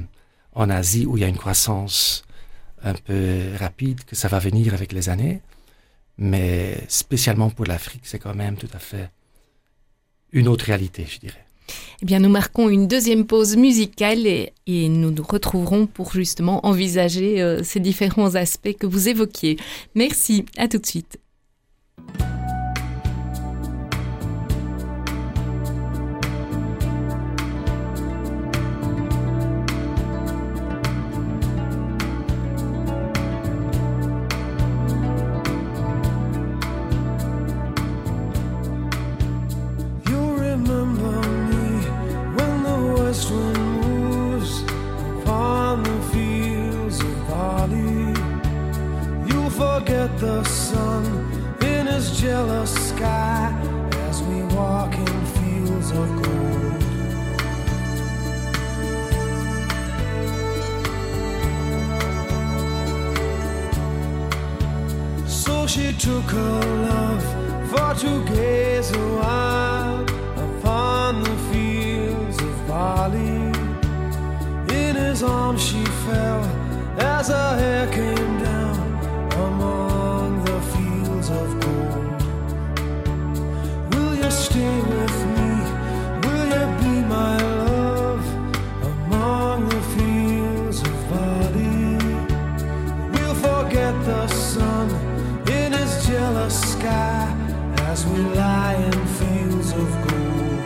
en Asie où il y a une croissance un peu rapide, que ça va venir avec les années. Mais spécialement pour l'Afrique, c'est quand même tout à fait une autre réalité, je dirais. Eh bien, nous marquons une deuxième pause musicale et nous nous retrouverons pour justement envisager ces différents aspects que vous évoquiez. Merci, à tout de suite. The sun in his jealous sky as we walk in fields of gold. So she took her love for to gaze a while upon the fields of barley. In his arms she fell as her hair came down among the fields of gold. Will you stay with me? Will you be my love among the fields of barley? We'll forget the sun in his jealous sky as we lie in fields of gold.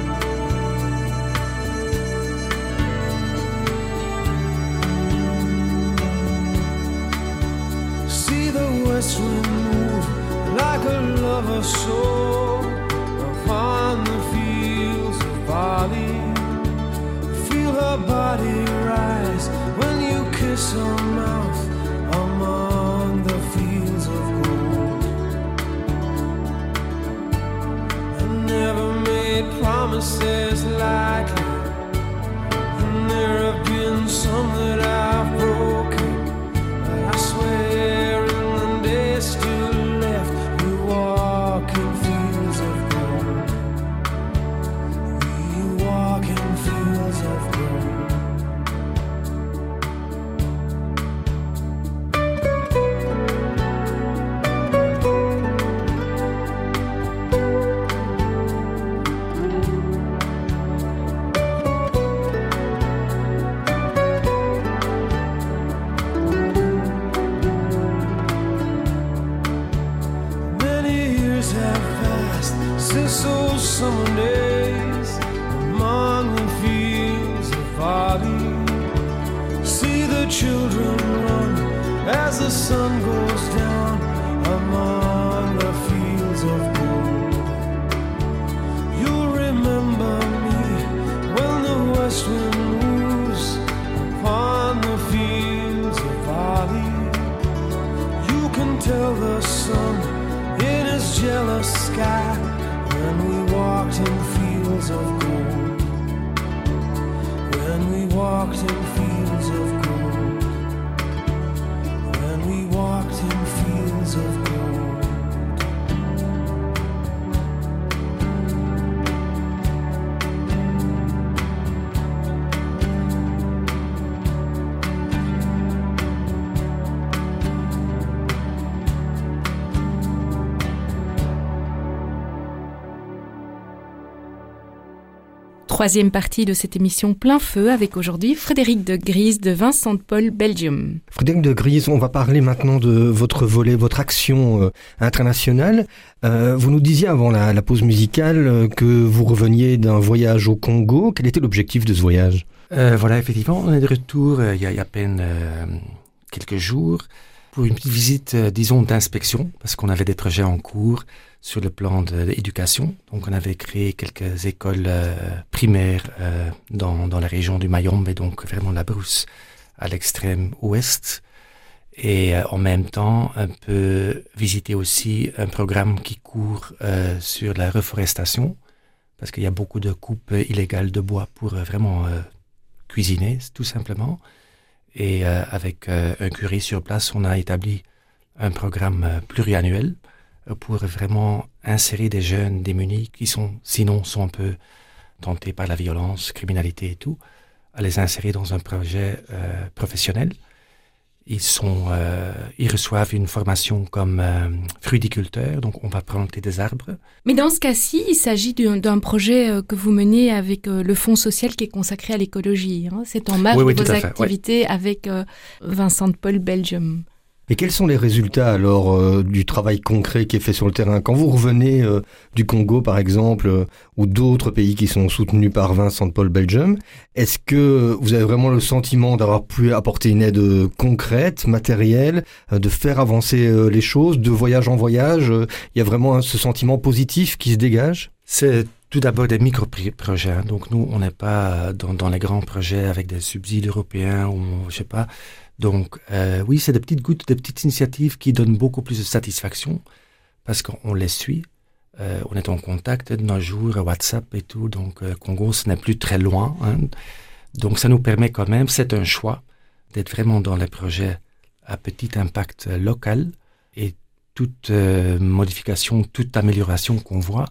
West wind move like a lover's soul upon the fields of barley. Feel her body rise when you kiss her mouth among the fields of gold. I never made promises lightly, and there have been some that I've broken, but I swear still left, we walk in fields of gold. We walk in fields of gold. Since those summer days among the fields of barley, the sun goes down among the fields of gold. You'll remember me when the west wind moves upon the fields of barley. You can tell the sun in his jealous sky when we walked in fields of gold. When we walked in fields of gold. When we walked in fields of gold. Troisième partie de cette émission Plein Feu avec aujourd'hui Frédéric de Gries de Vincent de Paul Belgium. Frédéric de Gries, on va parler maintenant de votre volet, votre action internationale. Vous nous disiez avant la pause musicale que vous reveniez d'un voyage au Congo. Quel était l'objectif de ce voyage ? Voilà, effectivement, on est de retour il y a à peine quelques jours pour une petite visite, disons, d'inspection, parce qu'on avait des projets en cours sur le plan de l'éducation. Donc, on avait créé quelques écoles primaires dans la région du Mayombe, et donc vraiment la brousse à l'extrême ouest. Et en même temps, un peu visiter aussi un programme qui court sur la reforestation, parce qu'il y a beaucoup de coupes illégales de bois pour vraiment cuisiner, tout simplement. Et avec un curé sur place, on a établi un programme pluriannuel pour vraiment insérer des jeunes démunis qui sinon sont un peu tentés par la violence, criminalité et tout, à les insérer dans un projet professionnel. Ils reçoivent une formation comme fruiticulteurs, donc on va planter des arbres. Mais dans ce cas-ci, il s'agit d'un projet que vous menez avec le Fonds social qui est consacré à l'écologie. Hein. C'est en marge de vos activités avec Vincent de Paul Belgium. Et quels sont les résultats alors du travail concret qui est fait sur le terrain ? Quand vous revenez du Congo par exemple, ou d'autres pays qui sont soutenus par Vincent de Paul Belgium, est-ce que vous avez vraiment le sentiment d'avoir pu apporter une aide concrète, matérielle, de faire avancer les choses, de voyage en voyage ? Il y a vraiment ce sentiment positif qui se dégage ? C'est tout d'abord des micro-projets. Hein. Donc nous, on n'est pas dans les grands projets avec des subsides européens ou je sais pas. Donc oui, c'est des petites gouttes, des petites initiatives qui donnent beaucoup plus de satisfaction parce qu'on les suit. On est en contact de nos jours, WhatsApp et tout. Donc Congo, ce n'est plus très loin. Hein. Donc ça nous permet quand même, c'est un choix, d'être vraiment dans les projets à petit impact local et toute modification, toute amélioration qu'on voit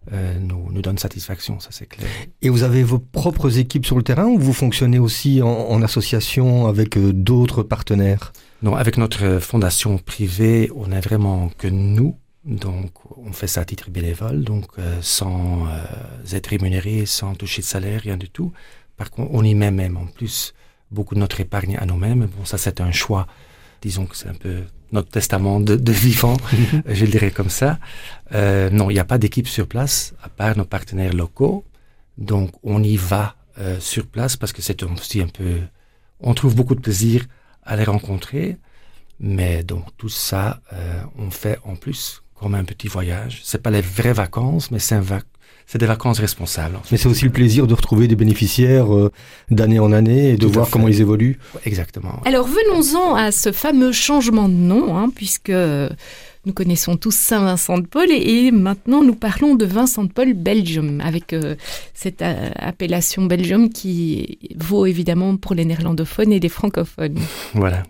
nous donne satisfaction, ça c'est clair. Et vous avez vos propres équipes sur le terrain ou vous fonctionnez aussi en association avec d'autres partenaires ? Non, avec notre fondation privée, on n'est vraiment que nous. Donc on fait ça à titre bénévole, donc sans être rémunéré, sans toucher de salaire, rien du tout. Par contre, on y met même en plus beaucoup de notre épargne à nous-mêmes. Bon, ça c'est un choix, disons que c'est un peu notre testament de vivant, je le dirais comme ça. Non, il n'y a pas d'équipe sur place, à part nos partenaires locaux. Donc, on y va sur place parce que c'est aussi un peu... On trouve beaucoup de plaisir à les rencontrer. Mais donc, tout ça, on fait en plus comme un petit voyage. C'est pas les vraies vacances, mais c'est des vacances responsables. Mais c'est aussi le plaisir de retrouver des bénéficiaires d'année en année et de voir comment ils évoluent. Exactement. Alors venons-en à ce fameux changement de nom, hein, puisque nous connaissons tous Saint-Vincent de Paul et maintenant nous parlons de Vincent de Paul Belgium, avec cette appellation Belgium qui vaut évidemment pour les néerlandophones et les francophones. Voilà.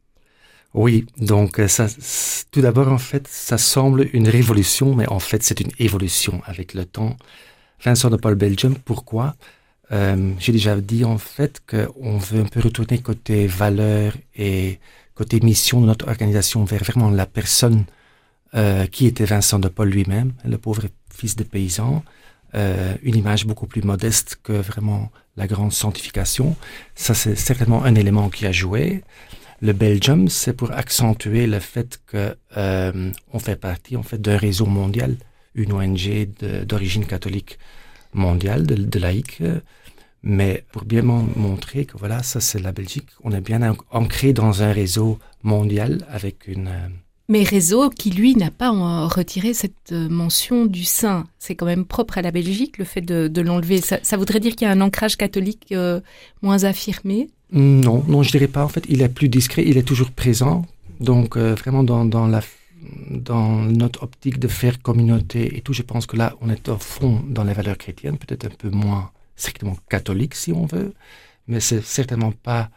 Oui, donc ça, tout d'abord, en fait, ça semble une révolution, mais en fait, c'est une évolution avec le temps. Vincent de Paul Belgium, pourquoi ? J'ai déjà dit, en fait, qu'on veut un peu retourner côté valeurs et côté mission de notre organisation vers vraiment la personne qui était Vincent de Paul lui-même, le pauvre fils de paysan, une image beaucoup plus modeste que vraiment la grande sanctification. Ça, c'est certainement un élément qui a joué. Le Belgium, c'est pour accentuer le fait que on fait partie en fait d'un réseau mondial, une ONG d'origine catholique mondiale, de laïque, Mais pour bien montrer que voilà, ça c'est la Belgique, on est bien ancré dans un réseau mondial avec une... Mais réseau qui, lui, n'a pas retiré cette mention du saint. C'est quand même propre à la Belgique, le fait de l'enlever. Ça voudrait dire qu'il y a un ancrage catholique moins affirmé? Non, je dirais pas. En fait, il est plus discret, il est toujours présent. Donc, vraiment dans notre optique de faire communauté et tout, je pense que là, on est au fond dans les valeurs chrétiennes, peut-être un peu moins strictement catholique, si on veut, mais c'est certainement pas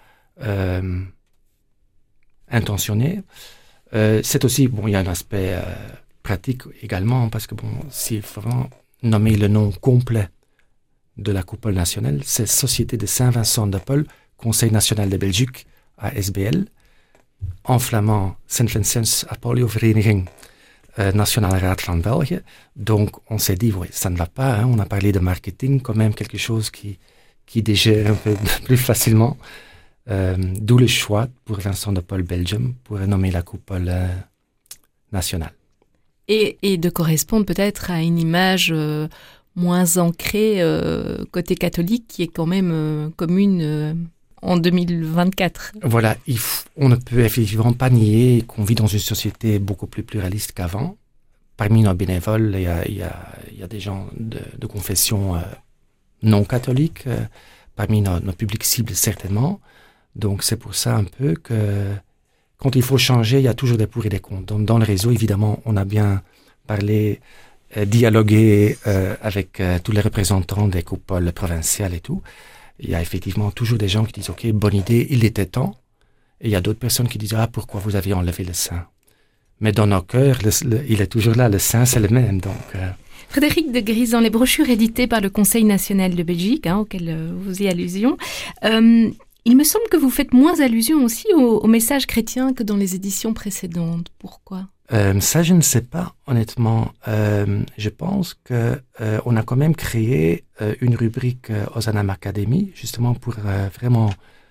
intentionné. C'est aussi, il y a un aspect pratique également, parce que s'il faut vraiment nommer le nom complet de la coupole nationale, c'est Société de Saint-Vincent de Paul, Conseil national de Belgique, ASBL, en flamand Sint-Vincents Apollo-Vereniging Nationale Raad van België. Donc on s'est dit, ça ne va pas, hein, on a parlé de marketing, quand même quelque chose qui dégère un peu plus facilement. D'où le choix pour Vincent de Paul Belgium pour nommer la coupole nationale. Et de correspondre peut-être à une image moins ancrée côté catholique qui est quand même commune en 2024. Voilà, on ne peut effectivement pas nier qu'on vit dans une société beaucoup plus pluraliste qu'avant. Parmi nos bénévoles, il y a des gens de confession non catholique, parmi nos publics cibles certainement. Donc c'est pour ça un peu que quand il faut changer, il y a toujours des pour et des contre. Donc, dans le réseau, évidemment, on a bien parlé, dialogué avec tous les représentants des coupoles provinciales et tout. Il y a effectivement toujours des gens qui disent « Ok, bonne idée, il était temps ». Et il y a d'autres personnes qui disent « Ah, pourquoi vous avez enlevé le saint ?» Mais dans nos cœurs, il est toujours là, le saint, c'est le même. Donc, Frédéric de Gries, dans les brochures éditées par le Conseil national de Belgique, auquel vous y allusion, il me semble que vous faites moins allusion aussi au message chrétien que dans les éditions précédentes. Pourquoi ? Ça, je ne sais pas, honnêtement. Je pense que on a quand même créé une rubrique Ozanam Academy, justement pour vraiment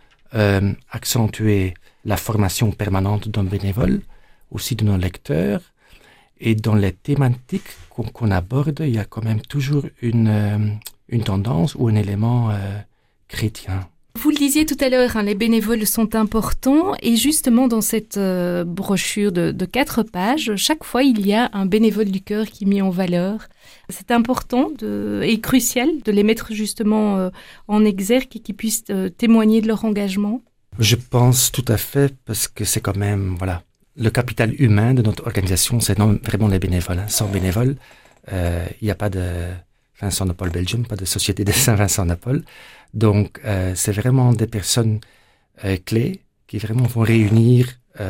accentuer la formation permanente de nos bénévoles, aussi de nos lecteurs. Et dans les thématiques qu'on aborde, il y a quand même toujours une tendance ou un élément chrétien. Vous le disiez tout à l'heure, les bénévoles sont importants et justement dans cette brochure de 4 pages, chaque fois il y a un bénévole du cœur qui est mis en valeur. C'est important et crucial de les mettre justement en exergue et qu'ils puissent témoigner de leur engagement. Je pense tout à fait parce que c'est quand même, le capital humain de notre organisation, c'est vraiment les bénévoles. Sans bénévoles, il n'y a pas de Vincent de Paul Belgium, pas de Société de Saint-Vincent de Paul. Donc, c'est vraiment des personnes clés qui vraiment vont réunir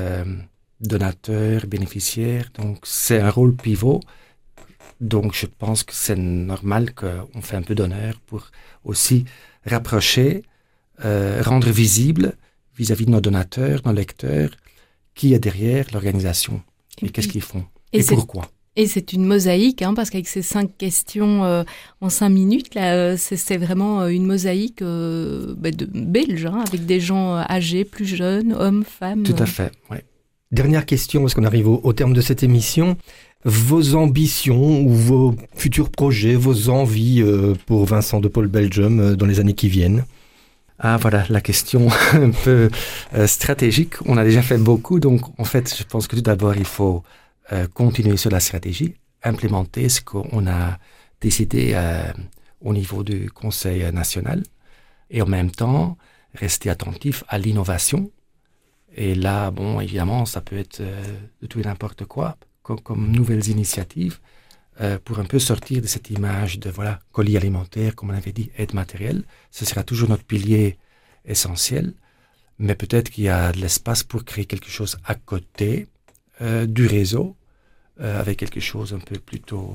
donateurs, bénéficiaires. Donc, c'est un rôle pivot. Donc, je pense que c'est normal qu'on fait un peu d'honneur pour aussi rapprocher, rendre visible vis-à-vis de nos donateurs, nos lecteurs, qui est derrière l'organisation et qu'est-ce qu'ils font et pourquoi. Et c'est une mosaïque, parce qu'avec ces 5 questions en 5 minutes, là, c'est vraiment une mosaïque de belge, avec des gens âgés, plus jeunes, hommes, femmes. Tout à fait, oui. Dernière question, parce qu'on arrive au terme de cette émission. Vos ambitions ou vos futurs projets, vos envies pour Vincent de Paul Belgium dans les années qui viennent? Ah voilà, la question un peu stratégique. On a déjà fait beaucoup, donc en fait, je pense que tout d'abord, il faut continuer sur la stratégie, implémenter ce qu'on a décidé au niveau du Conseil national et en même temps rester attentif à l'innovation. Et là, évidemment, ça peut être de tout et n'importe quoi comme nouvelles initiatives pour un peu sortir de cette image de colis alimentaire, comme on avait dit, aide matérielle. Ce sera toujours notre pilier essentiel, mais peut-être qu'il y a de l'espace pour créer quelque chose à côté du réseau, avec quelque chose un peu plutôt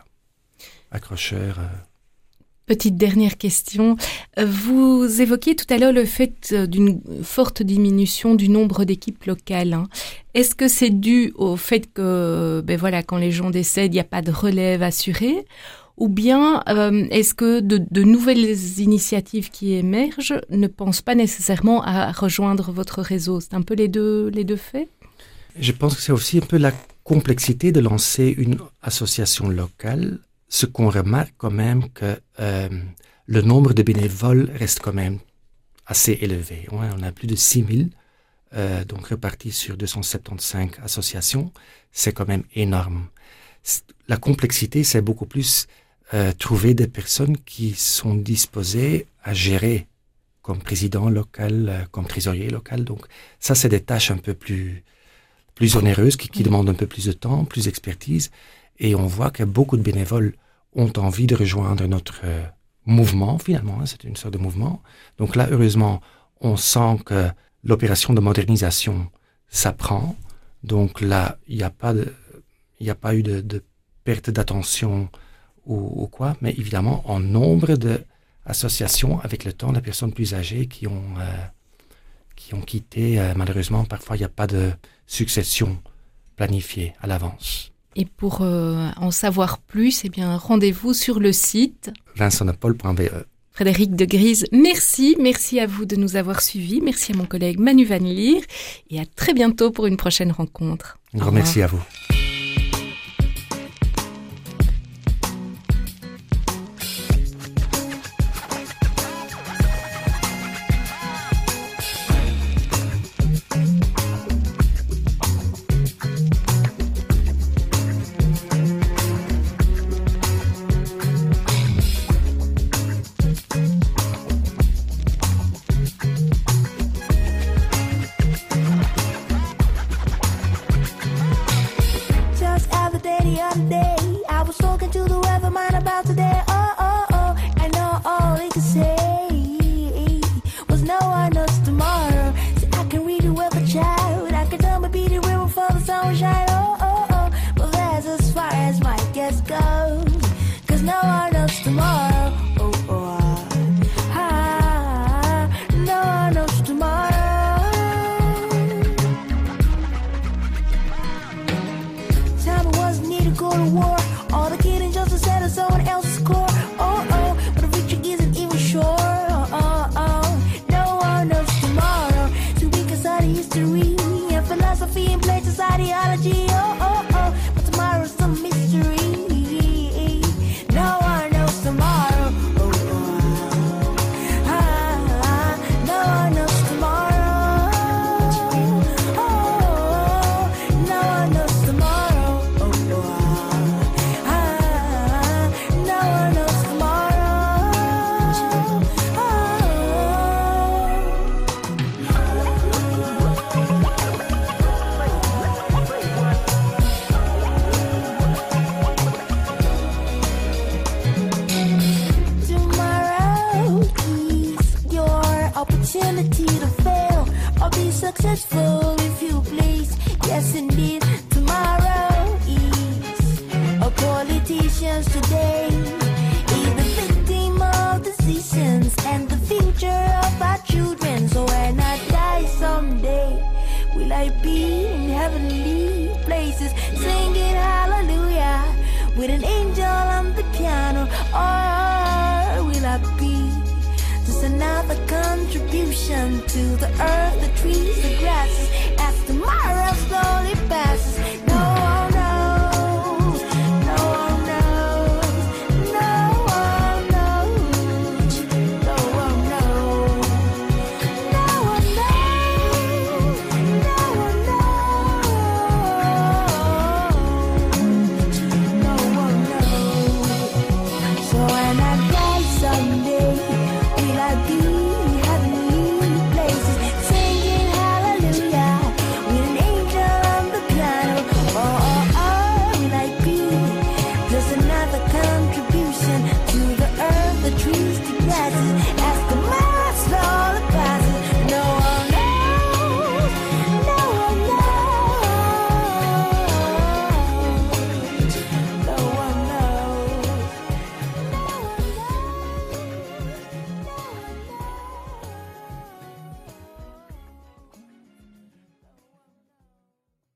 accrocheur. Petite dernière question. Vous évoquiez tout à l'heure le fait d'une forte diminution du nombre d'équipes locales. Est-ce que c'est dû au fait que, quand les gens décèdent, il n'y a pas de relève assurée? Ou bien est-ce que de nouvelles initiatives qui émergent ne pensent pas nécessairement à rejoindre votre réseau? C'est un peu les deux faits? Je pense que c'est aussi un peu la complexité de lancer une association locale. Ce qu'on remarque quand même que le nombre de bénévoles reste quand même assez élevé. Ouais, on a plus de 6000, donc répartis sur 275 associations. C'est quand même énorme. La complexité, c'est beaucoup plus trouver des personnes qui sont disposées à gérer comme président local, comme trésorier local. Donc ça, c'est des tâches un peu plus onéreuses qui demandent un peu plus de temps, plus d'expertise. Et on voit que beaucoup de bénévoles ont envie de rejoindre notre mouvement, finalement. C'est une sorte de mouvement. Donc là, heureusement, on sent que l'opération de modernisation s'apprend. Donc là, il n'y a pas eu de perte d'attention ou quoi. Mais évidemment, en nombre d'associations, avec le temps, les personnes plus âgées qui ont quitté, malheureusement, parfois, il n'y a pas de succession planifiée à l'avance. Et pour en savoir plus, eh bien, rendez-vous sur le site vincentdepaul.be. Frédéric de Gries, merci à vous de nous avoir suivis. Merci à mon collègue Manu Van Lier et à très bientôt pour une prochaine rencontre. Un grand merci à vous. Just another contribution to the earth, the trees, the grasses.